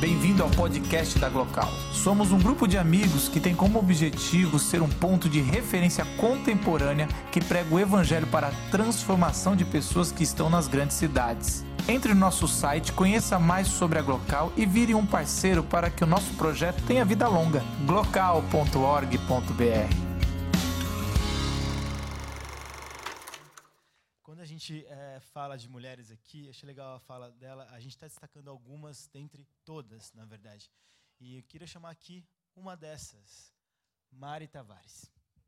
Bem-vindo ao podcast da Glocal. Somos um grupo de amigos que tem como objetivo ser um ponto de referência contemporânea que prega o evangelho para a transformação de pessoas que estão nas grandes cidades. Entre no nosso site, conheça mais sobre a Glocal e vire um parceiro para que o nosso projeto tenha vida longa. glocal.org.br. Quando a gente fala de mulheres aqui, achei legal a fala dela, a gente está destacando algumas dentre todas, na verdade. E eu queria chamar aqui uma dessas, Mari Tavares.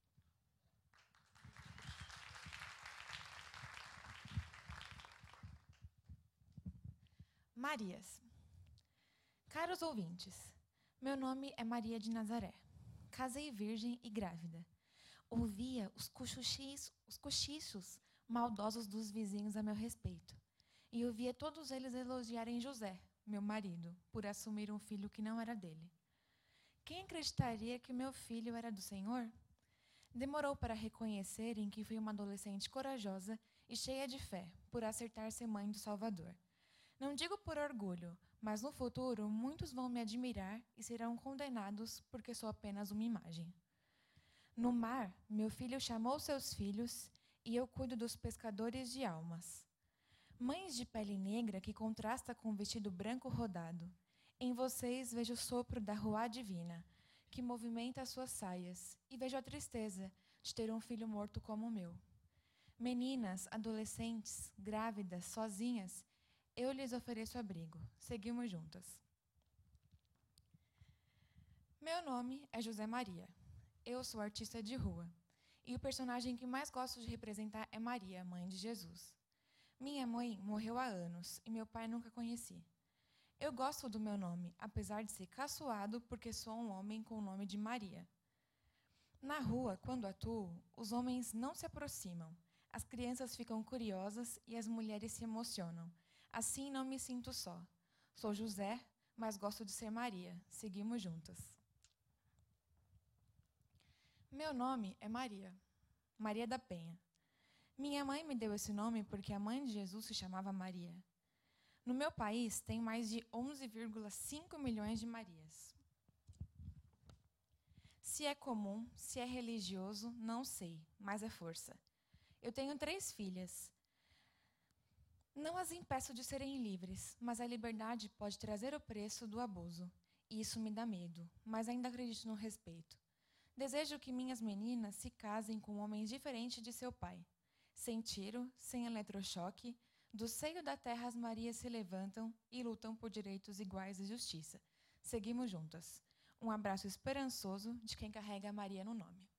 Marias. Caros ouvintes, meu nome é Maria de Nazaré. Casei virgem e grávida. Ouvia os cochichos maldosos dos vizinhos a meu respeito. E ouvia todos eles elogiarem José, meu marido, por assumir um filho que não era dele. Quem acreditaria que meu filho era do Senhor? Demorou para reconhecerem que fui uma adolescente corajosa e cheia de fé, por acertar ser mãe do Salvador. Não digo por orgulho, mas no futuro muitos vão me admirar e serão condenados porque sou apenas uma imagem. No mar, meu filho chamou seus filhos e eu cuido dos pescadores de almas. Mães de pele negra que contrasta com o vestido branco rodado. Em vocês vejo o sopro da ruá divina, que movimenta as suas saias, e vejo a tristeza de ter um filho morto como o meu. Meninas, adolescentes, grávidas, sozinhas, eu lhes ofereço abrigo. Seguimos juntas. Meu nome é José Maria. Eu sou artista de rua. E o personagem que mais gosto de representar é Maria, mãe de Jesus. Minha mãe morreu há anos e meu pai nunca conheci. Eu gosto do meu nome, apesar de ser caçoado porque sou um homem com o nome de Maria. Na rua, quando atuo, os homens não se aproximam. As crianças ficam curiosas e as mulheres se emocionam. Assim não me sinto só. Sou José, mas gosto de ser Maria. Seguimos juntas. Meu nome é Maria, Maria da Penha. Minha mãe me deu esse nome porque a mãe de Jesus se chamava Maria. No meu país, tem mais de 11,5 milhões de Marias. Se é comum, se é religioso, não sei, mas é força. Eu tenho 3 filhas. Não as impeço de serem livres, mas a liberdade pode trazer o preço do abuso. E isso me dá medo, mas ainda acredito no respeito. Desejo que minhas meninas se casem com homens diferentes de seu pai. Sem tiro, sem eletrochoque, do seio da terra as Marias se levantam e lutam por direitos iguais e justiça. Seguimos juntas. Um abraço esperançoso de quem carrega a Maria no nome.